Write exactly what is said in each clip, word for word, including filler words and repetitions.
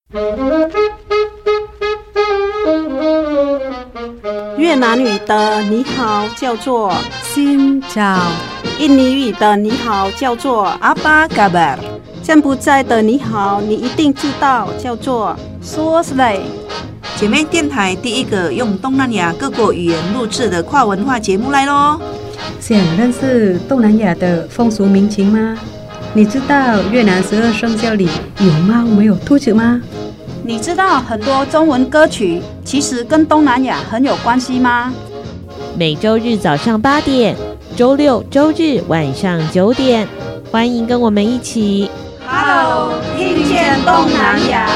越南语的你好叫做 Xin chào， 印尼语的你好叫做 Apa kabar， 柬埔寨的你好你一定知道叫做 Số Slay。 姐妹电台第一个用东南亚各国语言录制的跨文化节目来咯。 想认识东南亚的风俗民情吗？你知道越南十二生肖里有猫没有兔子吗？ 你知道很多中文歌曲其实跟东南亚很有关系吗？ 每周日早上八点，周六周日晚上九点，欢迎跟我们一起 Hello， 听见东南亚。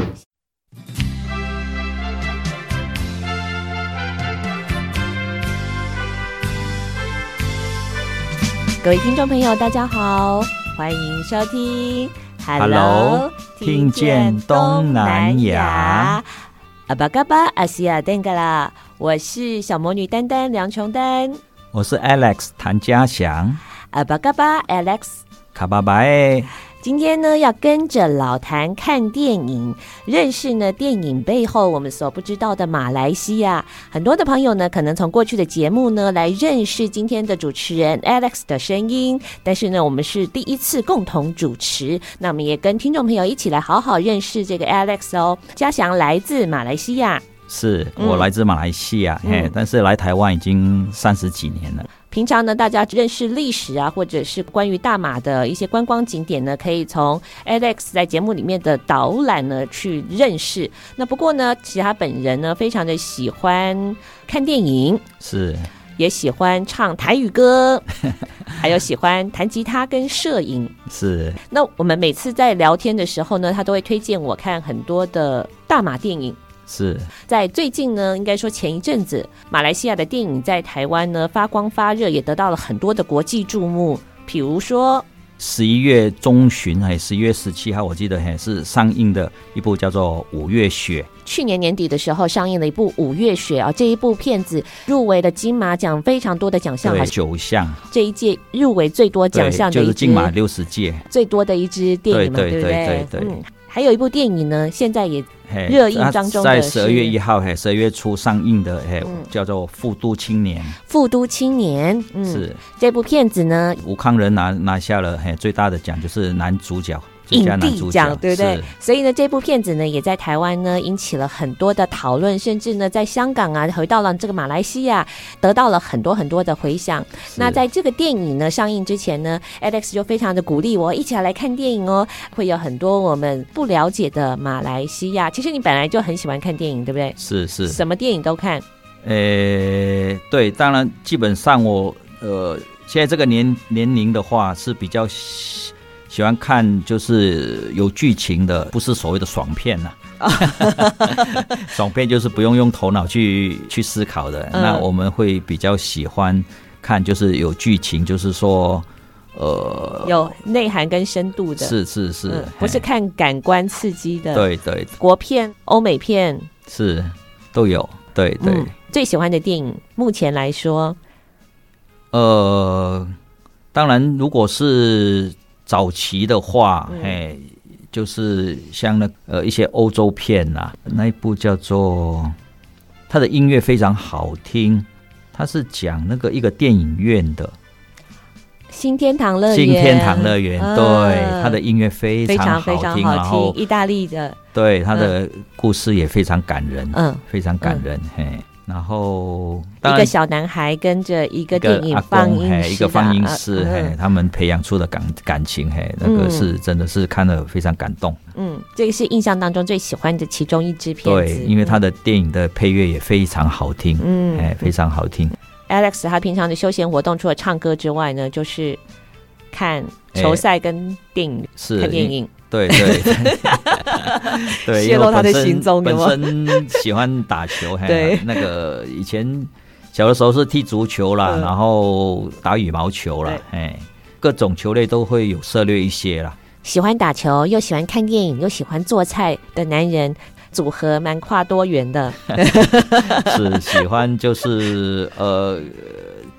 各位听众朋友大家好，欢迎收听 Hello， 听见东南亚。 阿巴嘎巴阿西亚登嘎啦，我是小魔女丹丹梁琼丹， 我是 Alex 谭家祥。 阿巴嘎巴 Alex 卡巴巴诶。 今天呢，要跟着老谭看电影，认识呢电影背后我们所不知道的马来西亚。很多的朋友呢，可能从过去的节目呢来认识今天的主持人 Alex 的声音，但是呢，我们是第一次共同主持，那我们也跟听众朋友一起来好好认识这个 Alex 哦。家祥来自马来西亚， 是我来自马来西亚，嗯、嘿，但是来台湾已经三十几年了。 平常呢，大家认识历史啊，或者是关于大马的一些观光景点呢，可以从 Alex 在节目里面的导览呢去认识。那不过呢，其实他本人呢非常的喜欢看电影， 是也喜欢唱台语歌，还有喜欢弹吉他跟摄影。 是。 那我们每次在聊天的时候呢，他都会推荐我看很多的大马电影。 是在最近呢，应该说前一阵子，马来西亚的电影在台湾呢发光发热，也得到了很多的国际注目。比如说十一月中旬，还十一月十七号，我记得还是上映的一部叫做《五月雪》。 去年年底的时候上映了一部《五月雪》啊，这一部片子入围了金马奖非常多的奖项， 对，九项， 这一届入围最多奖项的一支， 就是金马六十届最多的一支电影嘛， 对对对不对？ 对对对。 嗯，还有一部电影呢，现在也热映当中的在十二月一号，十二月初上映的，嗯、叫做《富都青年》。 富都青年，嗯，是这部片子呢， 吴慷仁拿拿下了最大的奖，就是男主角。 影帝奖，对不对？所以呢，这部片子呢，也在台湾呢引起了很多的讨论，甚至呢，在香港啊，回到了这个马来西亚，得到了很多很多的回响。那在这个电影呢上映之前呢 ，Alex 就非常的鼓励我一起来看电影哦，会有很多我们不了解的马来西亚。其实你本来就很喜欢看电影，对不对？ 是是， 什么电影都看。 呃，对，当然基本上我呃现在这个年年龄的话是比较喜喜欢看就是有剧情的，不是所谓的爽片呐、啊。爽片就是不用用头脑去去思考的、嗯。那我们会比较喜欢看就是有剧情，就是说呃有内涵跟深度的。 是是是、嗯， 不是看感官刺激的。 对对， 国片、欧美片是都有。对对、嗯， 最喜欢的电影目前来说， 呃，当然如果是早期的话，嗯、嘿，就是像那呃一些欧洲片啊，那一部叫做，它的音乐非常好听，它是讲那个一个电影院的。 新天堂乐园， 新天堂乐园、啊，对，它的音乐非常好听， 非常非常好听，意大利的， 对，它的故事也非常感人， 嗯， 非常感人，嗯、嘿。然后一个小男孩跟着一个电影放映师， 一个放映师、嗯，他们培养出的感感情，嘿，那个是、嗯、真的是看得非常感动。 嗯，这个是印象当中最喜欢的其中一支片子。 对，因为他的电影的配乐也非常好听，嗯，哎，非常好听。 Alex 他平常的休闲活动除了唱歌之外呢，就是看球赛跟电影， 是看电影。 对对对， 泄露他的行踪， 本身喜欢打球，对，那个以前小的时候是踢足球啦，嗯、然后打羽毛球啦，哎，各种球类都会有涉猎一些啦。 喜欢打球又喜欢看电影又喜欢做菜的男人，组合蛮跨多元的。 是喜欢就是呃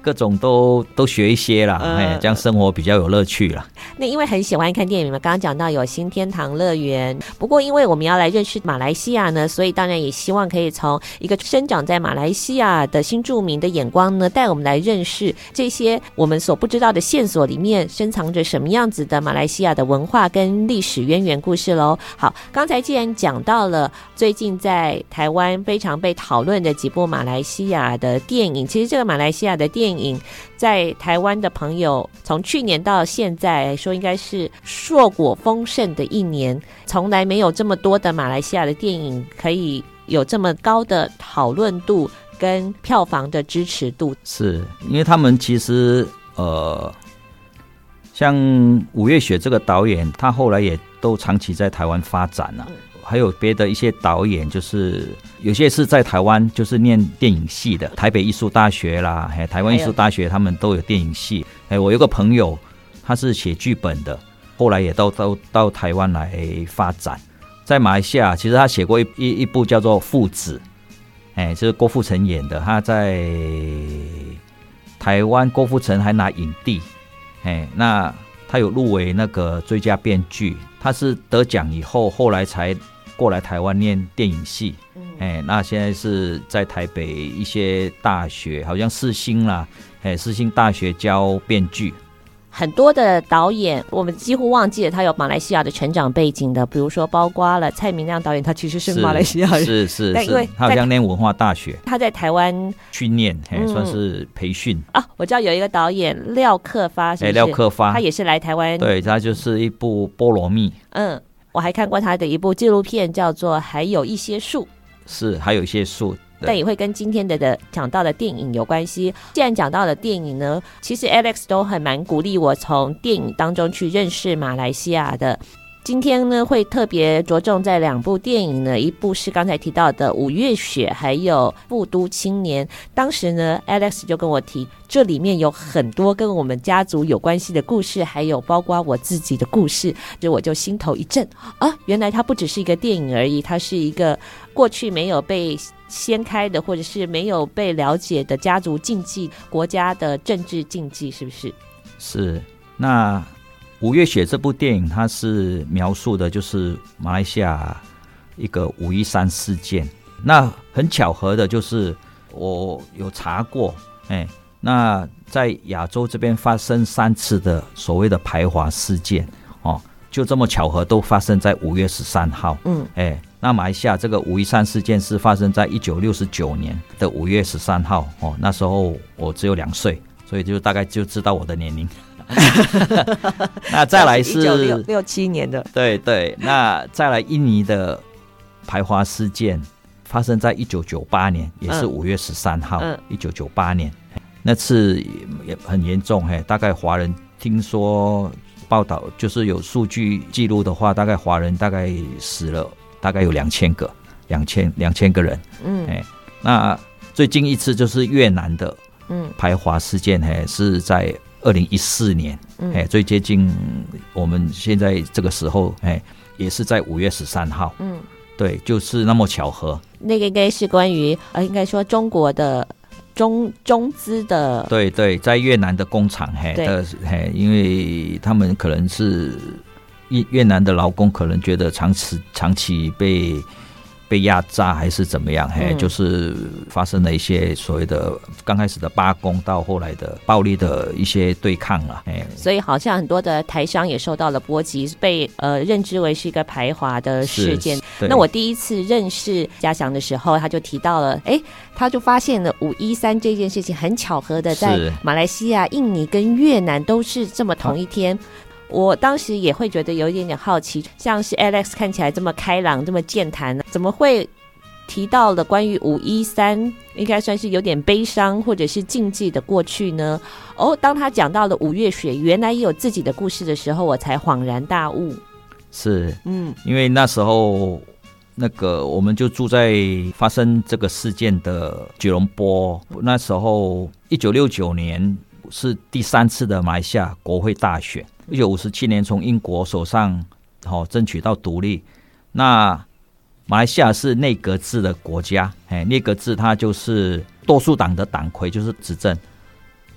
各种都都学一些啦， 嗯哎，这样生活比较有乐趣啦。 那因为很喜欢看电影嘛，刚刚讲到有新天堂乐园，不过因为我们要来认识马来西亚呢，所以当然也希望可以从一个生长在马来西亚的新住民的眼光呢，带我们来认识这些我们所不知道的线索里面深藏着什么样子的马来西亚的文化跟历史渊源故事咯。好，刚才既然讲到了最近在台湾非常被讨论的几部马来西亚的电影，其实这个马来西亚的电影在台湾的朋友从去年到现在来说应该是硕果丰盛的一年，从来没有这么多的马来西亚的电影可以有这么高的讨论度跟票房的支持度。 是因为他们其实呃，像五月雪这个导演，他后来也都长期在台湾发展了、啊嗯，还有别的一些导演，就是有些是在台湾就是念电影系的，台北艺术大学啦，台湾艺术大学他们都有电影系。我有个朋友他是写剧本的，后来也都到到台湾来发展。在马来西亚其实他写过 一, 一, 一部叫做《父子》，哎，就是郭富城演的，他在台湾郭富城还拿影帝，哎，那他有入围那个最佳编剧，他是得奖以后后来才过来台湾念电影系，哎，那现在是在台北一些大学，好像世新啦，哎，世新大学教编剧。 很多的导演我们几乎忘记了他有马来西亚的成长背景的，比如说包括了蔡明亮导演，他其实是马来西亚人， 是是是， 因为他好像念文化大学，他在台湾去念、嗯、算是培训啊。我知道有一个导演廖克发，是不是？ 廖克发， 他也是来台湾， 对，他就是一部菠萝蜜。 嗯，我还看过他的一部纪录片叫做还有一些树， 是还有一些树， 但也会跟今天的的讲到的电影有关系。既然讲到了电影呢，其实 Alex 都很蛮鼓励我从电影当中去认识马来西亚的。今天呢会特别着重在两部电影呢，一部是刚才提到的《五月雪》，还有《富都青年》。当时呢 Alex 就跟我提，这里面有很多跟我们家族有关系的故事，还有包括我自己的故事，就我就心头一震啊，原来它不只是一个电影而已，它是一个过去没有被掀开的，或者是没有被了解的家族禁忌，国家的政治禁忌，是不是？ 是。那五月雪这部电影，它是描述的就是马来西亚一个五一三事件。那很巧合的就是我有查过，哎，那在亚洲这边发生三次的所谓的排华事件，哦，就这么巧合都发生在五月十三号。嗯，哎，那马来西亚这个五一三事件是发生在一九六十九年的五月十三号。哦，那时候我只有两岁，所以就大概就知道我的年龄。那再来是一九六七年的， 对对。那再来印尼的排华事件发生在一九九八年，也是五月十三号。一九九八年那次也很严重，嘿，大概华人听说报道就是有数据记录的话，大概华人大概死了大概有两千个，两千两千个人。嗯，哎，那最近一次就是越南的排华事件，嘿，是在二零一四年，嗯，最接近我们现在这个时候，也是在五月十三号。嗯，对，就是那么巧合。 那个应该是关于呃，应该说中国的中中资的， 对对，在越南的工厂，嘿的嘿，因为他们可能是越南的劳工，可能觉得长期长期被。被压榨还是怎么样，嘿，嗯，就是发生了一些所谓的刚开始的罢工，到后来的暴力的一些对抗了， 所以好像很多的台商也受到了波及，被呃认知为是一个排华的事件。那我第一次认识嘉祥的时候，他就提到了，哎，他就发现了五一三这件事情很巧合的在马来西亚、印尼跟越南都是这么同一天。我当时也会觉得有一点点好奇，像是 Alex 看起来这么开朗这么健谈，怎么会提到了关于五一三应该算是有点悲伤或者是禁忌的过去呢？哦，当他讲到了五月雪原来也有自己的故事的时候，我才恍然大悟。 是，嗯，因为那时候那个我们就住在发生这个事件的吉隆坡，那时候一九六九年是第三次的马来西亚国会大选，一九五十七年从英国手上，哦，争取到独立。那马来西亚是内阁制的国家，内阁制它就是多数党的党魁就是执政，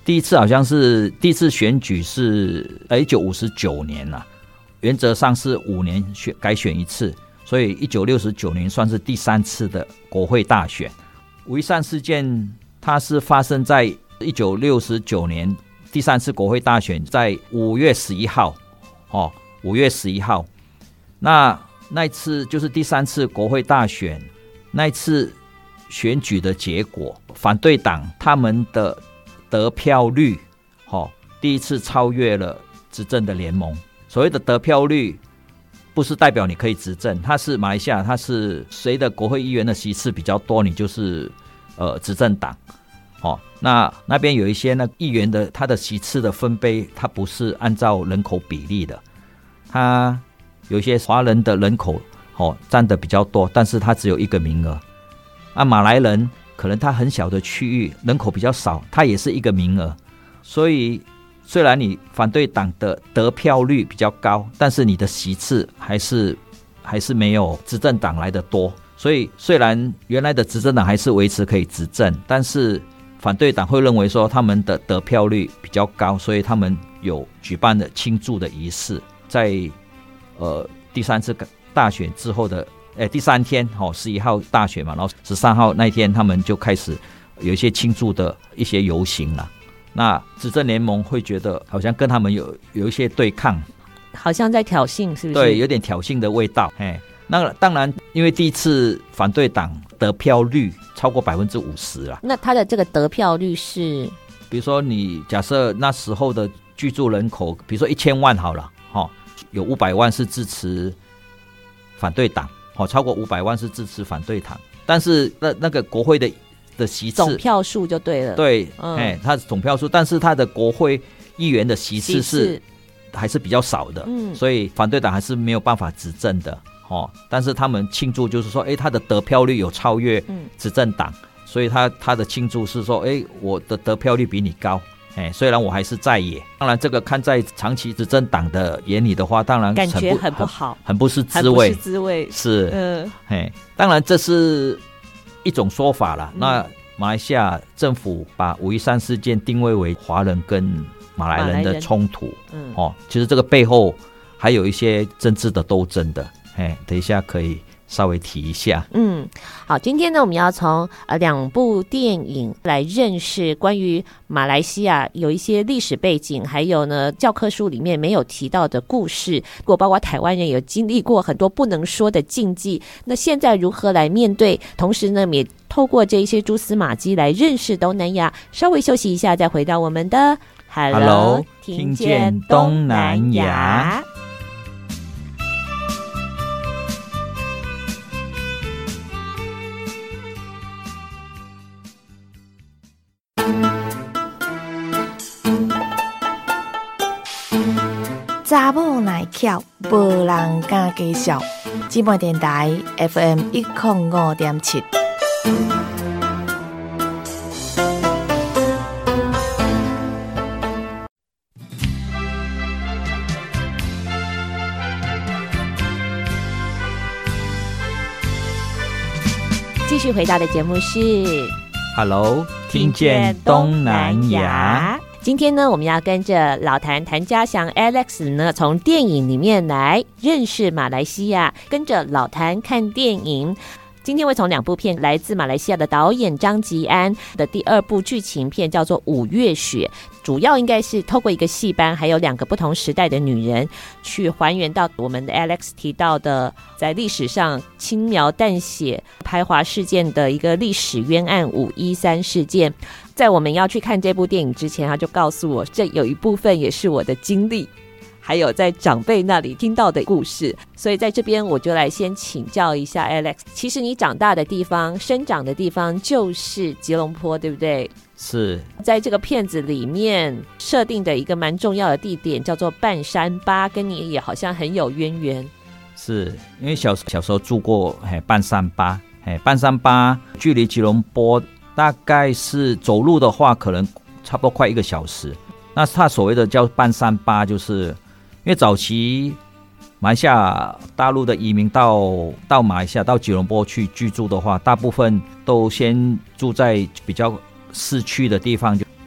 第一次好像是第一次选举是一九五九年啦、啊，原则上是五年选改选一次，所以一九六九年算是第三次的国会大选。五一三事件它是发生在一九六九年第三次国会大选，在五月十一号哦，五月十一号，那那一次就是第三次国会大选，那一次选举的结果，反对党他们的得票率、哦、第一次超越了执政的联盟。所谓的得票率不是代表你可以执政，它是马来西亚，它是谁的国会议员的席次比较多，你就是呃执政党。哦，那那边有一些呢议员的他的席次的分配，它不是按照人口比例的，他有些华人的人口哦占的比较多，但是他只有一个名额。啊，马来人可能他很小的区域人口比较少，他也是一个名额。所以虽然你反对党的得票率比较高，但是你的席次还是还是没有执政党来的多。所以虽然原来的执政党还是维持可以执政，但是反对党会认为说他们的得票率比较高，所以他们有举办了庆祝的仪式，在呃第三次大选之后的诶第三天哦，十一号大选嘛，然后十三号那一天他们就开始有一些庆祝的一些游行了。那执政联盟会觉得好像跟他们有有一些对抗， 好像在挑衅，是不是？ 对，有点挑衅的味道。嘿，那当然，因为第一次反对党得票率超过百分之五十了。 那他的这个得票率是， 比如说你假设那时候的居住人口，比如说一千万好了，哦，有五百万是支持反对党，哦，超过五百万是支持反对党，但是那那个国会的的席次总票数就对了。 对， 嗯， 哎，它是总票数，但是它的国会议员的席次是还是比较少的， 嗯， 所以反对党还是没有办法执政的。哦，但是他们庆祝就是说，哎，他的得票率有超越执政党，嗯，所以他他的庆祝是说，哎，我的得票率比你高，哎，虽然我还是在野。当然，这个看在长期执政党的眼里的话，当然感觉很不好， 很, 很不是滋味， 很不是滋味， 是， 嗯， 哎，当然这是一种说法啦。嗯，那马来西亚政府把五一三事件定位为华人跟马来人的冲突，嗯，哦，其实这个背后还有一些政治的斗争的。哎，等一下可以稍微提一下。 嗯，好，今天呢，我们要从呃两部电影来认识关于马来西亚有一些历史背景，还有呢教科书里面没有提到的故事，包括台湾人有经历过很多不能说的禁忌，那现在如何来面对？同时呢，也透过这些蛛丝马迹来认识东南亚。稍微休息一下，再回到我们的 Hello，, Hello 听见东南亚。 查某耐巧，无人敢介绍。姊妹电台 F M 一零五点七。 继续回到的节目是 Hello， 听见东南亚。 今天呢，我们要跟着老谭谭家祥 Alex 呢，从电影里面来认识马来西亚，跟着老谭看电影。今天会从两部片，来自马来西亚的导演张吉安的第二部剧情片叫做《五月雪》，主要应该是透过一个戏班，还有两个不同时代的女人，去还原到我们的 Alex 提到的在历史上轻描淡写排华事件的一个历史冤案五一三事件。在我们要去看这部电影之前，他就告诉我，这有一部分也是我的经历，还有在长辈那里听到的故事。所以在这边我就来先请教一下 Alex， 其实你长大的地方，生长的地方就是吉隆坡，对不对？ 是。 在这个片子里面设定的一个蛮重要的地点叫做半山巴，跟你也好像很有渊源。 是因为 小, 小时候住过半山巴，半山巴距离吉隆坡大概是走路的话可能差不多快一个小时。那他所谓的叫半山巴，就是因为早期马来西亚大陆的移民到到马来西亚到吉隆坡去居住的话，大部分都先住在比较市区的地方，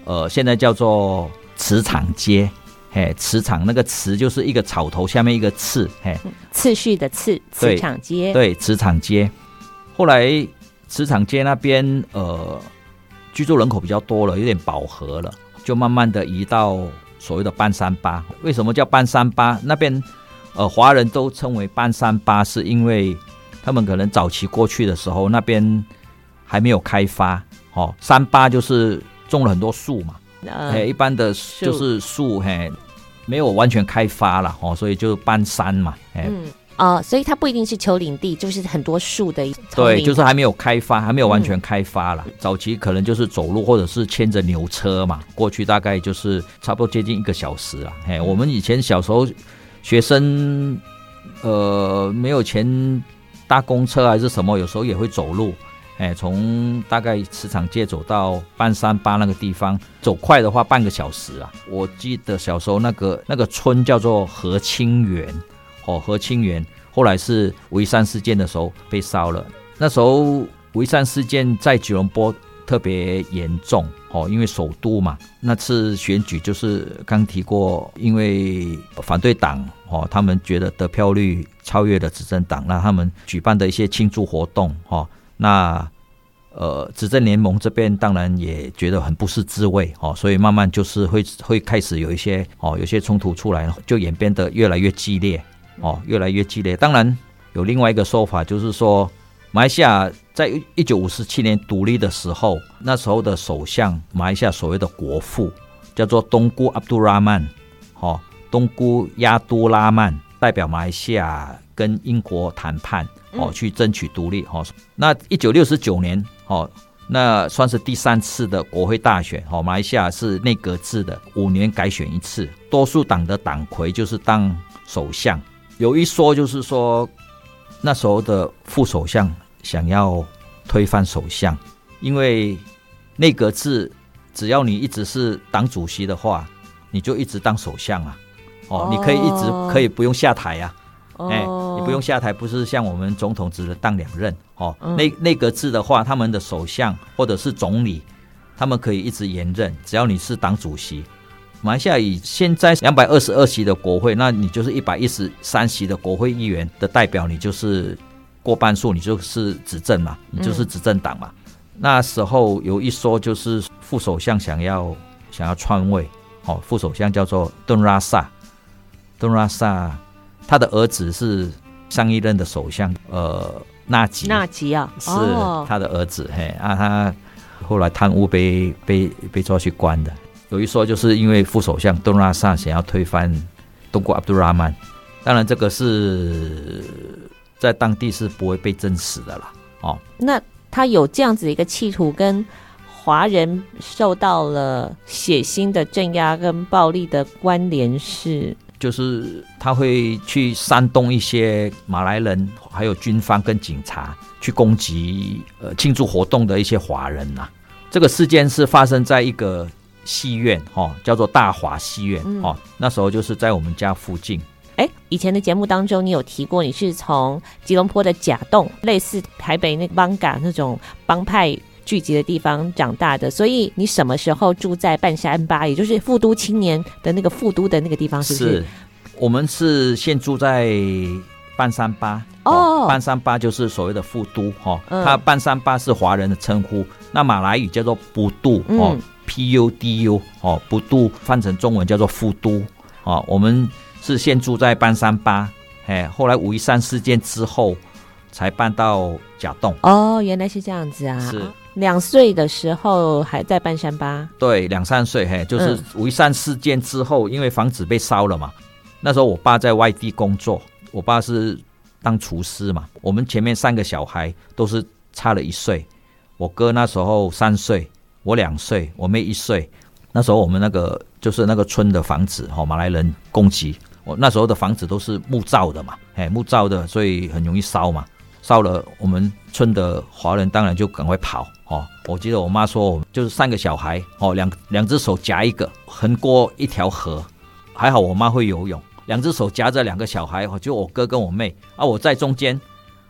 呃，现在叫做磁场街。嘿，磁场那个磁就是一个草头下面一个次，嘿， 次序的次，磁场街。 对，磁场街。后来磁场街那边呃居住人口比较多了，有点饱和了，就慢慢的移到所谓的半山八。为什么叫半山八？那边呃华人都称为半山八，是因为他们可能早期过去的时候，那边还没有开发，哦，山八就是种了很多树嘛。呃、一般的就是树，嘿，没有完全开发了，哦，所以就半山嘛， 嗯，哦，所以它不一定是丘陵地，就是很多树的， 对，就是还没有开发，还没有完全开发了。嗯、早期可能就是走路或者是牵着牛车嘛，过去大概就是差不多接近一个小时了。嘿，我们以前小时候学生，呃，没有钱搭公车还是什么，有时候也会走路。哎，从大概磁场街走到半山八那个地方，走快的话半个小时啊。我记得小时候那个那个村叫做和清园，哦，和清园，后来是五一三事件的时候被烧了。那时候五一三事件在吉隆坡特别严重，哦，因为首都嘛，那次选举就是刚提过，因为反对党哦，他们觉得得票率超越了执政党，那他们举办的一些庆祝活动，哦。那呃，执政联盟这边当然也觉得很不是滋味哦，所以慢慢就是会会开始有一些哦，有些冲突出来，就演变得越来越激烈哦，越来越激烈。当然有另外一个说法，就是说马来西亚在一九五七年独立的时候，那时候的首相，马来西亚所谓的国父叫做东姑阿卜杜拉曼，哦，东姑亚都拉曼，代表马来西亚跟英国谈判。哦，去争取独立。哦，那一九六九年，哦，那算是第三次的国会大选。哦，马来西亚是内阁制的，五年改选一次，多数党的党魁就是当首相。有一说就是说，那时候的副首相想要推翻首相，因为内阁制，只要你一直是党主席的话，你就一直当首相啊。哦，你可以一直可以不用下台啊。哎，你不用下台，不是像我们总统只能当两任哦。嗯、内内阁制的话，他们的首相或者是总理，他们可以一直延任，只要你是党主席。马来西亚以现在两百二十二席的国会，那你就是一百一十三席的国会议员的代表，你就是过半数，你就是执政嘛，你就是执政党嘛。嗯、那时候有一说就是副首相想要想要篡位，哦，副首相叫做顿拉萨，顿拉萨。他的儿子是上一任的首相，呃，纳吉， 纳吉啊， 是他的儿子，嘿啊，他后来贪污被被被抓去关的。有一说就是因为副首相顿拉萨想要推翻东姑阿卜杜拉曼，当然这个是在当地是不会被证实的啦。哦， 那他有这样子的一个企图，跟华人受到了血腥的镇压跟暴力的关联是？ 就是他会去煽动一些马来人，还有军方跟警察去攻击呃庆祝活动的一些华人呐、啊。这个事件是发生在一个戏院哦，叫做大华戏院、嗯、哦，那时候就是在我们家附近。 哎，以前的节目当中你有提过，你是从吉隆坡的甲洞，类似台北那个邦嘎那种帮派聚集的地方长大的，所以你什么时候住在半山八，也就是富都青年的那个富都的那个地方，是不是？ 是，我们是现住在半山八哦，半山八就是所谓的富都哦，嗯、它半山八是华人的称呼，那马来语叫做布杜哦、嗯、，P U D U 哦，布杜翻成中文叫做富都哦，我们是现住在半山八，哎，后来五一三事件之后才搬到甲洞。 哦，原来是这样子啊！是。两岁的时候还在半山八， 对，两三岁，嘿，就是五一三事件之后，因为房子被烧了嘛，那时候我爸在外地工作，我爸是当厨师嘛，我们前面三个小孩都是差了一岁，我哥那时候三岁，我两岁，我妹一岁，那时候我们那个就是那个村的房子，哦，马来人攻击，我那时候的房子都是木造的嘛，嘿，木造的，所以很容易烧嘛。烧了，我们村的华人当然就赶快跑哦。我记得我妈说，就是三个小孩哦，两两只手夹一个，横过一条河。还好我妈会游泳，两只手夹着两个小孩，就我哥跟我妹啊，我在中间，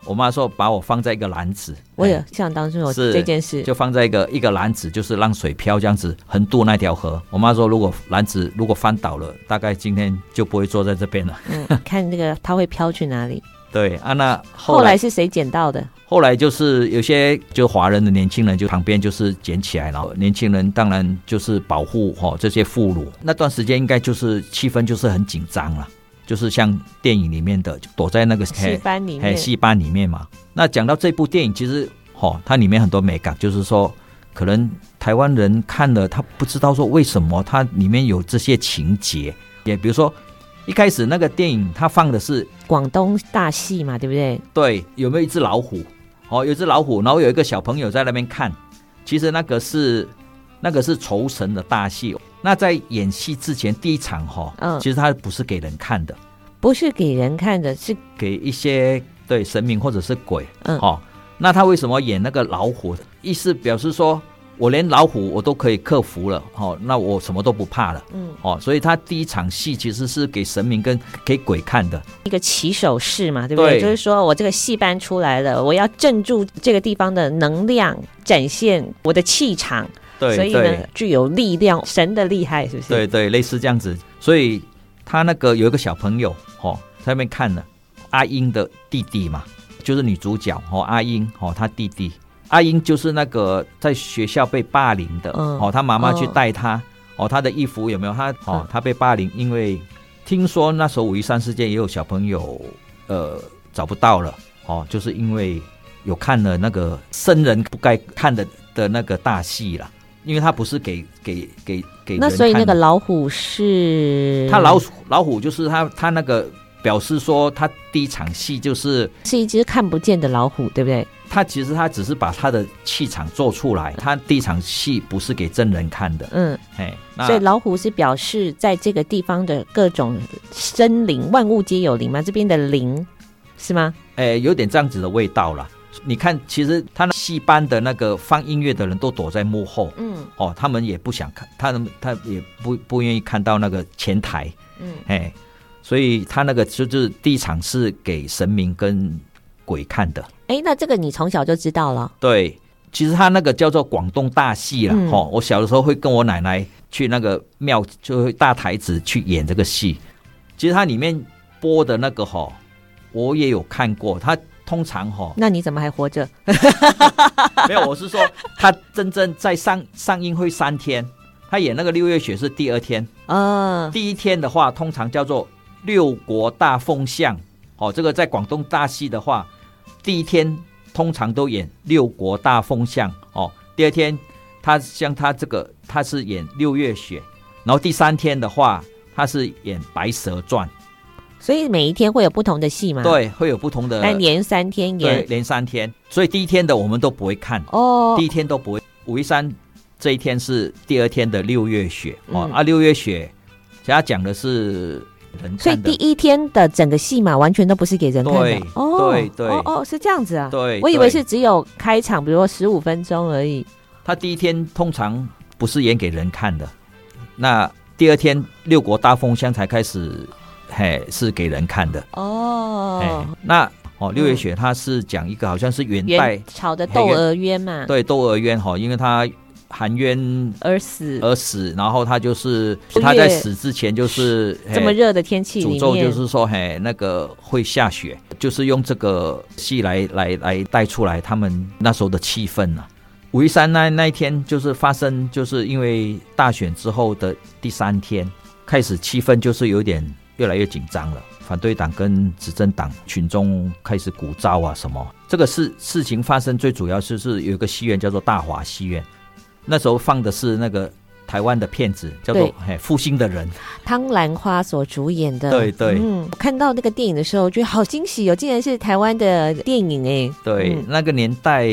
我妈说把我放在一个篮子， 我有像当初有这件事， 就放在一个一个篮子，就是让水漂这样子横渡那条河。我妈说如果篮子如果翻倒了，大概今天就不会坐在这边了。 嗯，看这个它会飘去哪里。 对啊，那后来, 后来是谁捡到的？ 后来就是有些就华人的年轻人就旁边就是捡起来，然后年轻人当然就是保护、哦、这些妇孺。那段时间应该就是气氛就是很紧张了，就是像电影里面的躲在那个戏班里面戏班里面嘛。那讲到这部电影，其实、哦、它里面很多美感，就是说可能台湾人看了他不知道说为什么它里面有这些情节，也比如说一开始那个电影它放的是广东大戏嘛，对不对？ 对，有没有一只老虎？哦，有一只老虎，然后有一个小朋友在那边看。其实那个是那个是酬神的大戏。那在演戏之前第一场哈、哦嗯，其实它不是给人看的， 不是给人看的，是给一些对神明或者是鬼。嗯，哦，那他为什么演那个老虎？意思表示说，我连老虎我都可以克服了，哦，那我什么都不怕了，嗯，哦，所以他第一场戏其实是给神明跟给鬼看的， 一个起手式嘛，对不对？对，就是说我这个戏班出来了，我要镇住这个地方的能量，展现我的气场， 对， 所以呢具有力量，神的厉害，是不是？ 对对，类似这样子。所以他那个有一个小朋友，哦，在那边看了阿英的弟弟嘛，就是女主角哦，阿英哦，他弟弟。阿英就是那个在学校被霸凌的，嗯、哦，他妈妈去带他，哦，他的衣服有没有他？哦，他被霸凌，因为听说那时候五一三事件也有小朋友，呃，找不到了，哦，就是因为有看了那个僧人不该看的的那个大戏啦，因为他不是给给给给人看的。 那所以那个老虎是？ 他老虎老虎就是他他那个表示说，他第一场戏就是是一只看不见的老虎，对不对？ 他其实他只是把他的气场做出来，他第一场戏不是给真人看的。嗯，嘿， 所以老虎是表示在这个地方的各种生灵，万物皆有灵嘛，这边的灵是吗？ 哎，有点这样子的味道啦。你看，其实他那戏班的那个放音乐的人都躲在幕后，嗯，哦，他们也不想看，他们他也不不愿意看到那个前台，嗯，哎，所以他那个就是第一场是给神明跟鬼看的。 哎，那这个你从小就知道了？ 对，其实他那个叫做广东大戏啦、嗯哦、我小的时候会跟我奶奶去那个庙，就会大台子去演这个戏。其实它里面播的那个、哦、我也有看过，它通常、哦、 那你怎么还活着？ 没有，我是说它真正在上上映会三天，他演那个六月雪是第二天、啊、第一天的话通常叫做六国大风向、哦、这个在广东大戏的话第一天通常都演六国大风向、哦、第二天他像他这个他是演六月雪，然后第三天的话他是演白蛇传。 所以每一天会有不同的戏吗？ 对，会有不同的， 但连三天演。 对，连三天，所以第一天的我们都不会看哦，第一天都不会。五一三这一天是第二天的六月雪、嗯、哦啊，六月雪其实他讲的是人看的， 所以第一天的整个戏嘛，完全都不是给人看的。 对， 哦、 对对哦哦，是这样子啊。 对， 我以为是只有开场，比如说十五分钟而已。 他第一天通常不是演给人看的，那第二天六国大风向才开始，嘿，是给人看的。哦，那哦，六月雪它是讲一个好像是元代元朝的窦娥冤嘛， 对，窦娥冤哈，因为他含冤而死而死，然后他就是他在死之前就是这么热的天气里面， 诅咒就是说嘿那个会下雪，就是用这个戏来来来带出来他们那时候的气氛啊。五一三那那一天就是发生，就是因为大选之后的第三天开始气氛就是有点越来越紧张了，反对党跟执政党群众开始鼓噪啊什么。这个事事情发生最主要就是有一个戏院叫做大华戏院，那时候放的是那个台湾的片子叫做复兴的人， 汤兰花所主演的。 对对、 嗯、我看到那个电影的时候觉得好惊喜哦，竟然是台湾的电影耶。 对、嗯、那个年代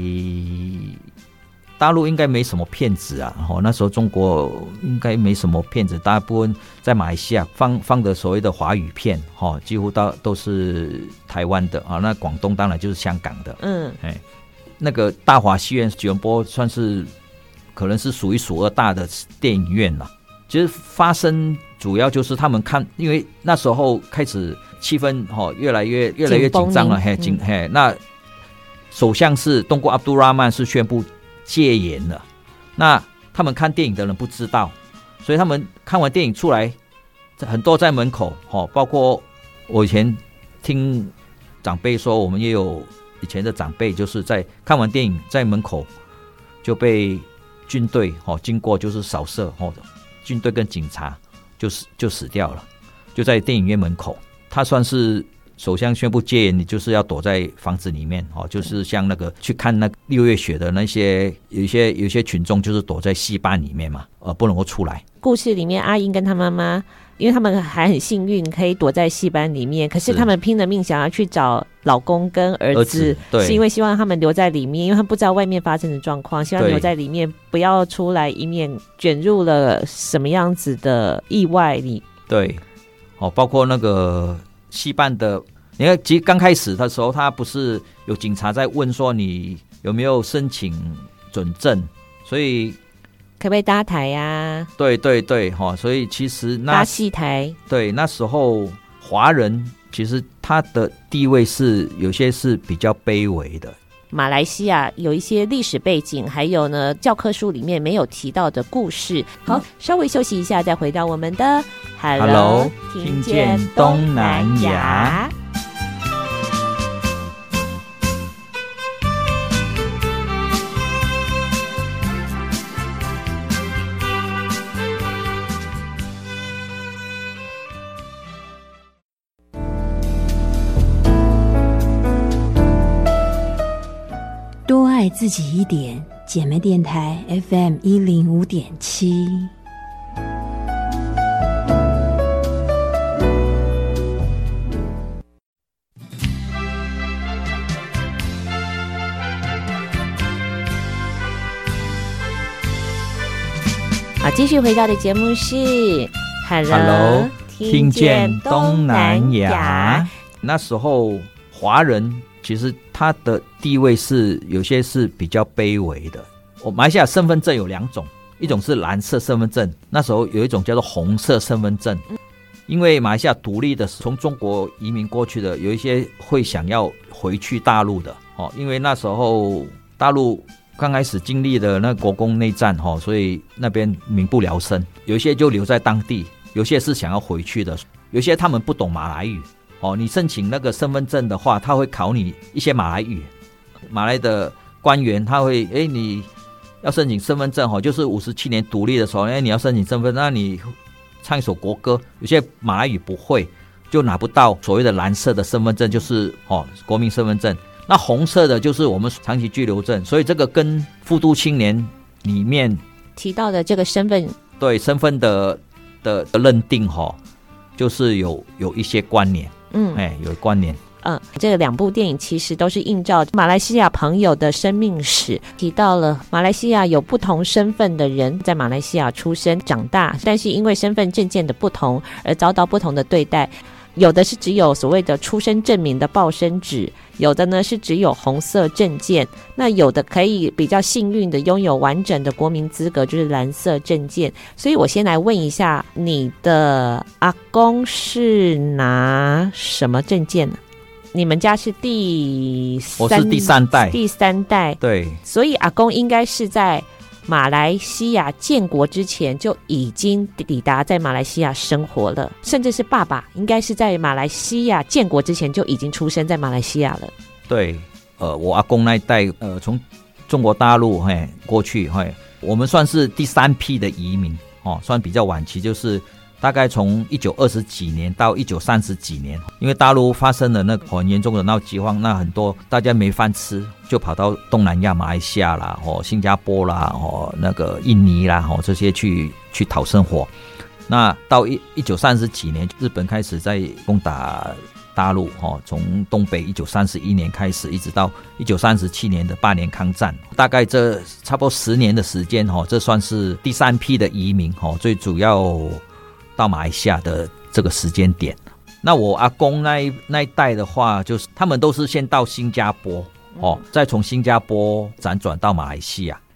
大陆应该没什么片子啊、哦、那时候中国应该没什么片子，大部分在马来西亚放放的所谓的华语片、哦、几乎都都是台湾的、啊、那广东当然就是香港的。嗯，那个大华戏院吉隆坡算是可能是数一数二大的电影院了。 其实发生主要就是他们看，因为那时候开始气氛、哦、越来越越来越紧张了，嘿紧、嗯、嘿那首相是东姑阿卜杜拉曼是宣布戒严了，那他们看电影的人不知道，所以他们看完电影出来，很多在门口、哦、包括我以前听长辈说，我们也有以前的长辈就是在看完电影在门口就被军队、哦、经过就是扫射、哦、军队跟警察就死就死掉了，就在电影院门口。他算是首相宣布戒严，你就是要躲在房子里面、哦、就是像那个去看那个六月雪的那些有一些有一些群众就是躲在戏班里面嘛，呃，不能够出来。 故事里面阿英跟他妈妈，因为他们还很幸运可以躲在戏班里面，可是他们拼了命想要去找老公跟儿子, 儿子是因为希望他们留在里面，因为他们不知道外面发生的状况，希望留在里面不要出来，以免卷入了什么样子的意外里。 对、哦、包括那个戏班的，你看其实刚开始的时候他不是有警察在问说你有没有申请准证，所以可不可以搭台啊？ 对对对、哦、所以其实那搭戏台， 对，那时候华人其实他的地位是有些是比较卑微的。 马来西亚有一些历史背景，还有呢教科书里面没有提到的故事。好，稍微休息一下再回到我们的 Hello, Hello 听见东南亚。 多爱自己一点，姐妹电台 F M 一零五点七。 好，继续回到的节目是 Hello, Hello 听见东南南亚。那时候华人其实他的地位是有些是比较卑微的。我马来西亚身份证有两种，一种是蓝色身份证，那时候有一种叫做红色身份证。因为马来西亚独立的，从中国移民过去的，有一些会想要回去大陆的、哦、因为那时候大陆刚开始经历了那国共内战、哦、所以那边民不聊生，有一些就留在当地，有些是想要回去的，有些他们不懂马来语哦，你申请那个身份证的话，他会考你一些马来语，马来的官员他会，哎，你要申请身份证哦，就是五十七年独立的时候，哎，你要申请身份，那你唱一首国歌，有些马来语不会，就拿不到所谓的蓝色的身份证，就是哦国民身份证。那红色的就是我们长期居留证，所以这个跟富都青年里面提到的这个身份， 对身份的的的认定哈、哦，就是有有一些关联。嗯，哎，有关联。 嗯，这两部电影其实都是映照马来西亚朋友的生命史，提到了马来西亚有不同身份的人在马来西亚出生长大，但是因为身份证件的不同而遭到不同的对待。有的是只有所谓的出生证明的报生纸，有的呢是只有红色证件，那有的可以比较幸运的拥有完整的国民资格，就是蓝色证件。所以我先来问一下，你的阿公是拿什么证件呢？你们家是第三， 我是第三代， 第三代， 对， 所以阿公应该是在马来西亚建国之前就已经抵达在马来西亚生活了，甚至是爸爸应该是在马来西亚建国之前就已经出生在马来西亚了。 对，呃，我阿公那一代，呃，从中国大陆嘿过去，嘿，我们算是第三批的移民哦，算比较晚期，就是大概从一九二十几年到一九三十几年，因为大陆发生了那个很严重的闹饥荒，那很多大家没饭吃，就跑到东南亚、马来西亚啦、哦、新加坡啦、哦、那个印尼啦、哦、这些去去讨生活。那到一一九三十几年，日本开始在攻打大陆，哦，从东北一九三十一年开始，一直到一九三十七年的八年抗战，大概这差不多十年的时间，哦，这算是第三批的移民，哦，最主要到马来西亚的这个时间点。那我阿公那一那一代的话，就是他们都是先到新加坡哦，再从新加坡辗转到马来西亚。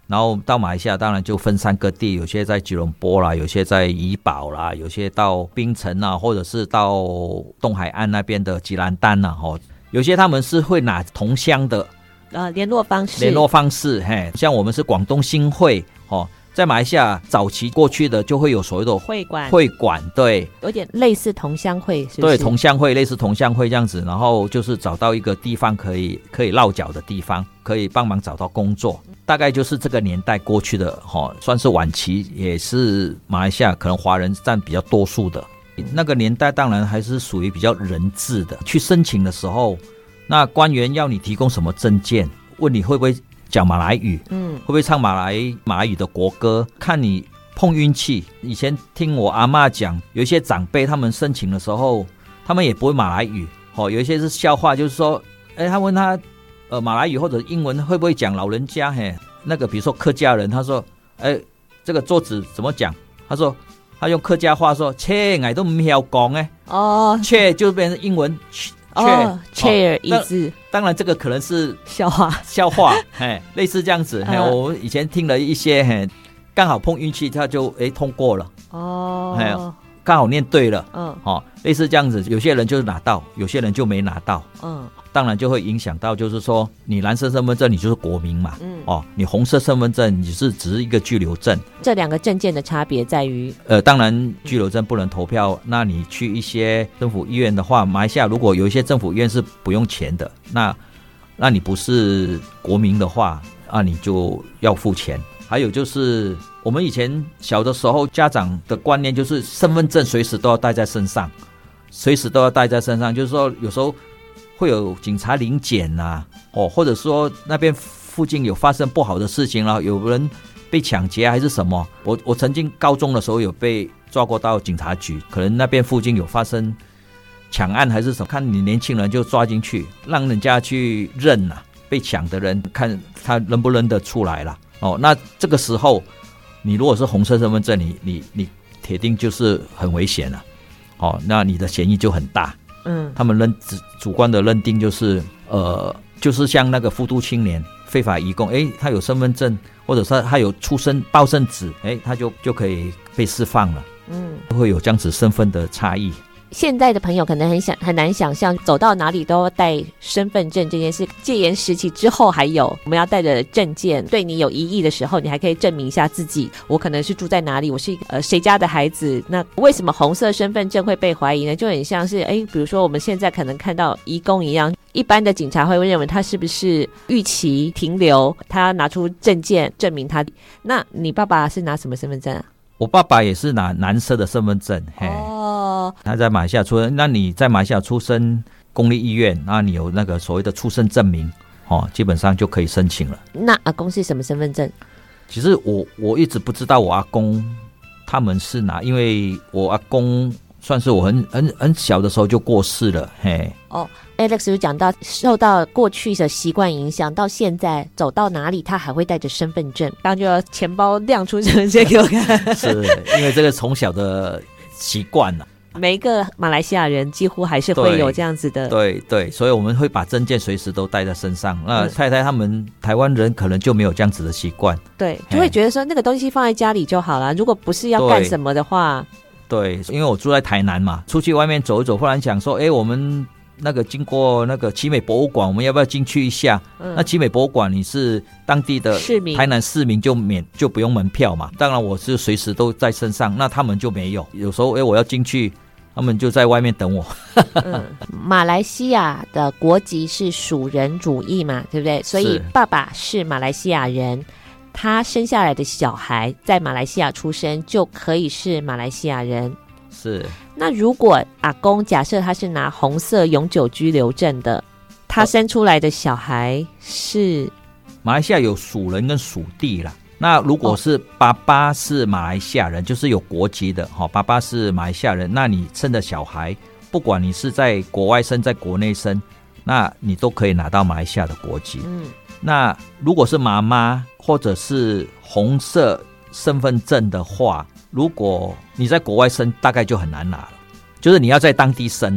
然后到马来西亚当然就分散各地，有些在吉隆坡啦，有些在怡保啦，有些到槟城啊，或者是到东海岸那边的吉兰丹啊，有些他们是会拿同乡的呃联络方式， 联络方式，嘿，像我们是广东新会哦。在马来西亚早期过去的就会有所谓的会馆， 会馆对， 有点类似同乡会，是不是？ 对，同乡会类似同乡会这样子，然后就是找到一个地方可以可以落脚的地方，可以帮忙找到工作，大概就是这个年代过去的，哦，算是晚期，也是马来西亚可能华人占比较多数的。那个年代当然还是属于比较人治的，去申请的时候，那官员要你提供什么证件，问你会不会讲马来语，嗯，会不会唱马来马来语的国歌，看你碰运气。以前听我阿嬷讲，有一些长辈他们申请的时候，他们也不会马来语，哦，有一些是笑话，就是说，哎，他问他，呃，马来语或者英文会不会讲，老人家，嘿，那个比如说客家人，他说，哎，这个桌子怎么讲？他说，他用客家话说，切，我都不晓讲哎，哦，切就变成英文。 哦 chair 一字， 当然这个可能是笑话， 笑话，嘿，类似这样子。嘿，我以前听了一些，嘿，刚好碰运气，他就哎通过了，哦，嘿，刚好念对了，嗯，哦，类似这样子。有些人就是拿到，有些人就没拿到，嗯，当然就会影响到，就是说你蓝色身份证你就是国民嘛，嗯，哦，你红色身份证你是只是一个居留证。 这两个证件的差别在于， 呃，当然居留证不能投票，那你去一些政府医院的话，马来西亚如果有一些政府医院是不用钱的，那那你不是国民的话，啊，你就要付钱。还有就是我们以前小的时候，家长的观念就是身份证随时都要带在身上，随时都要带在身上，就是说有时候会有警察临检啊，哦，或者说那边附近有发生不好的事情了，有人被抢劫还是什么。我我曾经高中的时候有被抓过到警察局，可能那边附近有发生抢案还是什么，看你年轻人就抓进去，让人家去认啊，被抢的人看他认不认得出来了。哦，那这个时候你如果是红色身份证，你你你铁定就是很危险了。哦，那你的嫌疑就很大。嗯，他们认主观的认定就是呃，就是像那个富都青年非法移工，哎，他有身份证或者是他有出生报生纸，哎，他就就可以被释放了。嗯，会有这样子身份的差异。 现在的朋友可能很想很难想象，走到哪里都要带身份证这件事。戒严时期之后，还有我们要带着证件，对你有疑义的时候，你还可以证明一下自己，我可能是住在哪里，我是呃谁家的孩子。那为什么红色身份证会被怀疑呢？就很像是哎，比如说我们现在可能看到移工一样，一般的警察会认为他是不是逾期停留，他要拿出证件证明他。那你爸爸是拿什么身份证啊？ 我爸爸也是拿蓝色的身份证。嘿，哦，他在马来西亚出生，那你在马来西亚出生公立医院，那你有那个所谓的出生证明，哦，基本上就可以申请了。 那阿公是什么身份证？ 其实我我一直不知道我阿公他们是拿，因为我阿公算是我很很很小的时候就过世了。嘿， 哦 Alex 有讲到受到过去的习惯影响，到现在走到哪里他还会带着身份证，刚刚就要钱包亮出证件给我看。是因为这个从小的习惯了， 每一个马来西亚人几乎还是会有这样子的。 对 对, 对，所以我们会把证件随时都带在身上。那太太他们台湾人可能就没有这样子的习惯， 对，就会觉得说那个东西放在家里就好了，如果不是要干什么的话。 对，因为我住在台南嘛，出去外面走一走，忽然想说，哎，我们那个经过那个奇美博物馆，我们要不要进去一下？嗯、那奇美博物馆你是当地的市民，台南市民就免就不用门票嘛。当然我是随时都在身上，那他们就没有。有时候哎我要进去，他们就在外面等我。 嗯、马来西亚的国籍是属人主义嘛，对不对？所以爸爸是马来西亚人。他生下来的小孩在马来西亚出生就可以是马来西亚人。 是。 那如果阿公假设他是拿红色永久居留证的，他生出来的小孩是、哦、 马来西亚有属人跟属地啦。那如果是爸爸是马来西亚人，就是有国籍的、哦、爸爸是马来西亚人，那你生的小孩不管你是在国外生在国内生，那你都可以拿到马来西亚的国籍。嗯，那如果是妈妈或者是红色身份证的话，如果你在国外生大概就很难拿了，就是你要在当地生啊。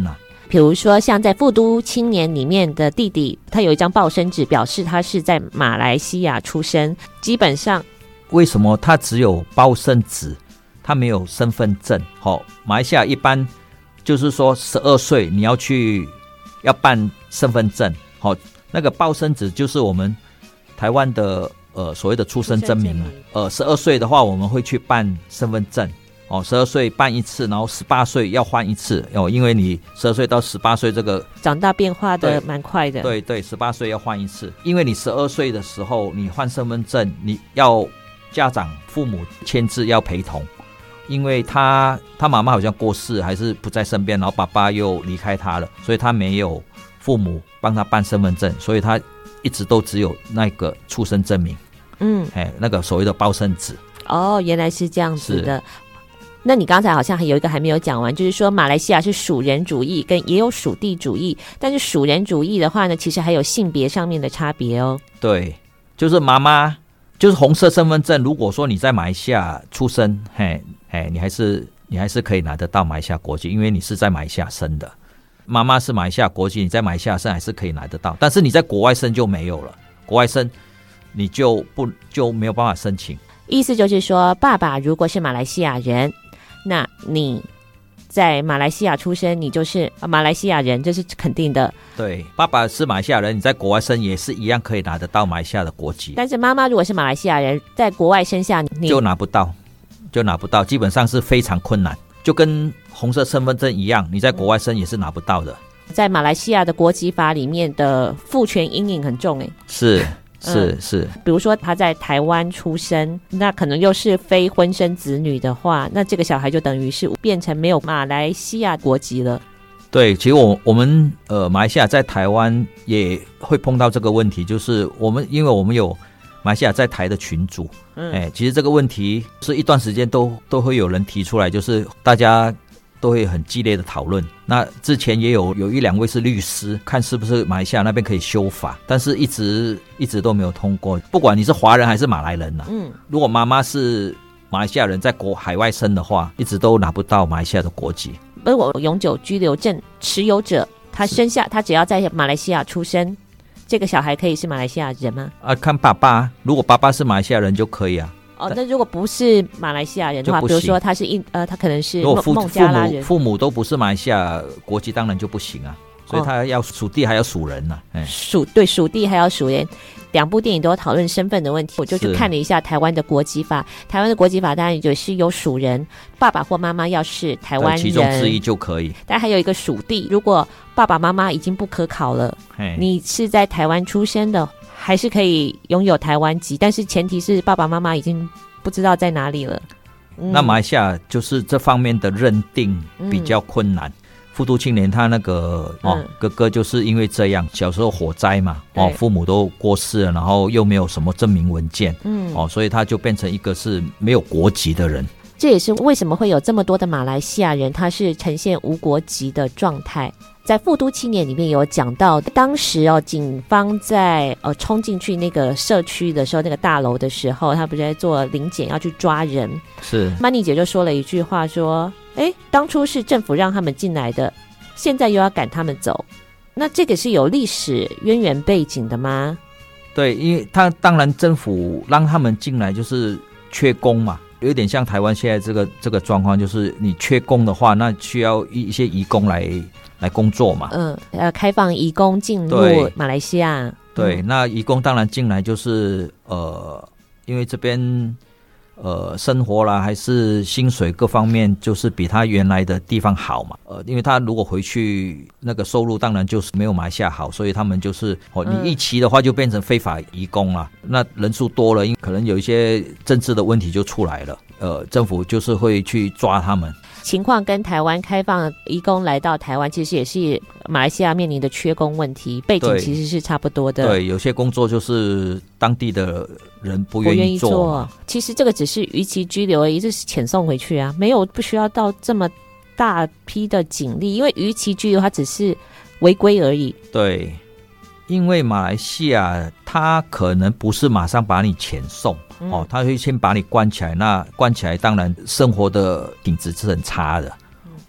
比如说像在富都青年里面的弟弟，他有一张报生纸表示他是在马来西亚出生，基本上为什么他只有报生纸，他没有身份证？好、哦，马来西亚一般就是说十二岁你要去要办身份证，好、哦，那个报生纸就是我们台湾的呃所谓的出生证明。呃，十二岁的话我们会去办身份证。哦，十二岁办一次，然后十八岁要换一次哦，因为你十二岁到十八岁这个长大变化的蛮快的。 对对，十八岁要换一次，因为你十二岁的时候你换身份证，你要家长父母签字要陪同，因为他他妈妈好像过世还是不在身边，然后爸爸又离开他了，所以他没有父母帮他办身份证，所以他一直都只有那个出生证明。嗯，哎，那个所谓的报生纸。 哦，原来是这样子的。那你刚才好像还有一个还没有讲完，就是说马来西亚是属人主义跟也有属地主义，但是属人主义的话呢，其实还有性别上面的差别哦。 对，就是妈妈就是红色身份证，如果说你在马来西亚出生，嘿嘿，你还是你还是可以拿得到马来西亚国籍，因为你是在马来西亚生的。妈妈是马来西亚国籍，你在马来西亚生还是可以拿得到，但是你在国外生就没有了，国外生你就不就没有办法申请。 意思就是说，爸爸如果是马来西亚人，那你在马来西亚出生，你就是马来西亚人，这是肯定的。 对，爸爸是马来西亚人，你在国外生也是一样可以拿得到马来西亚的国籍。 但是妈妈如果是马来西亚人，在国外生下你就拿不到，就拿不到，基本上是非常困难，就跟红色身份证一样，你在国外生也是拿不到的。 在马来西亚的国籍法里面的父权阴影很重，哎， 是。是、嗯、是， 比如说他在台湾出生，那可能又是非婚生子女的话，那这个小孩就等于是变成没有马来西亚国籍了。 对，其实我我们呃马来西亚在台湾也会碰到这个问题，就是我们因为我们有马来西亚在台的群组，嗯，哎，其实这个问题是一段时间都都会有人提出来，就是大家都会很激烈的讨论。那之前也有有一两位是律师，看是不是马来西亚那边可以修法，但是一直一直都没有通过。不管你是华人还是马来人、啊、嗯，如果妈妈是马来西亚人在国海外生的话，一直都拿不到马来西亚的国籍。 如果永久居留证持有者，他生下他只要在马来西亚出生，这个小孩可以是马来西亚人吗？ 啊，看爸爸，如果爸爸是马来西亚人就可以啊。 哦，那如果不是马来西亚人的话，比如说他是印呃，他可能是孟加拉人， 父母都不是马来西亚国籍，当然就不行啊。所以他要属地还要属人呢、啊。 属对属地还要属人，两部电影都有讨论身份的问题。我就去看了一下台湾的国籍法，台湾的国籍法当然就是有属人，爸爸或妈妈要是台湾人， 其中之一就可以。 但还有一个属地，如果爸爸妈妈已经不可考了，你是在台湾出生的，还是可以拥有台湾籍，但是前提是爸爸妈妈已经不知道在哪里了。嗯、 那马来西亚就是这方面的认定比较困难。嗯富都青年他那个哦、嗯、哥哥就是因为这样，小时候火灾嘛，哦父母都过世了，然后又没有什么证明文件，嗯哦，所以他就变成一个是没有国籍的人。 这也是为什么会有这么多的马来西亚人，他是呈现无国籍的状态。在富都青年里面有讲到，当时哦，警方在呃冲进去那个社区的时候，那个大楼的时候，他不是在做临检要去抓人， 是曼妮姐就说了一句话说，哎，当初是政府让他们进来的，现在又要赶他们走，那这个是有历史渊源背景的吗？ 对，因为他当然政府让他们进来就是缺工嘛，有点像台湾现在这个这个状况，就是你缺工的话，那需要一些移工来来工作嘛。 嗯，呃，开放移工进入马来西亚。 对， 嗯、 那移工当然进来就是呃，因为这边呃生活啦还是薪水各方面就是比他原来的地方好嘛。呃，因为他如果回去那个收入当然就是没有马来西亚好，所以他们就是哦，你一期的话就变成非法移工啦。嗯、那人数多了，因为可能有一些政治的问题就出来了。呃，政府就是会去抓他们。 情况跟台湾开放移工来到台湾，其实也是马来西亚面临的缺工问题，背景其实是差不多的。 对，有些工作就是当地的人不愿意做。不愿意做， 其实这个只是逾期居留而已，这是遣送回去啊，没有不需要到这么大批的警力，因为逾期居留它只是违规而已。 对，因为马来西亚它可能不是马上把你遣送。嗯、哦，他会先把你关起来，那关起来当然生活的品质是很差的。嗯、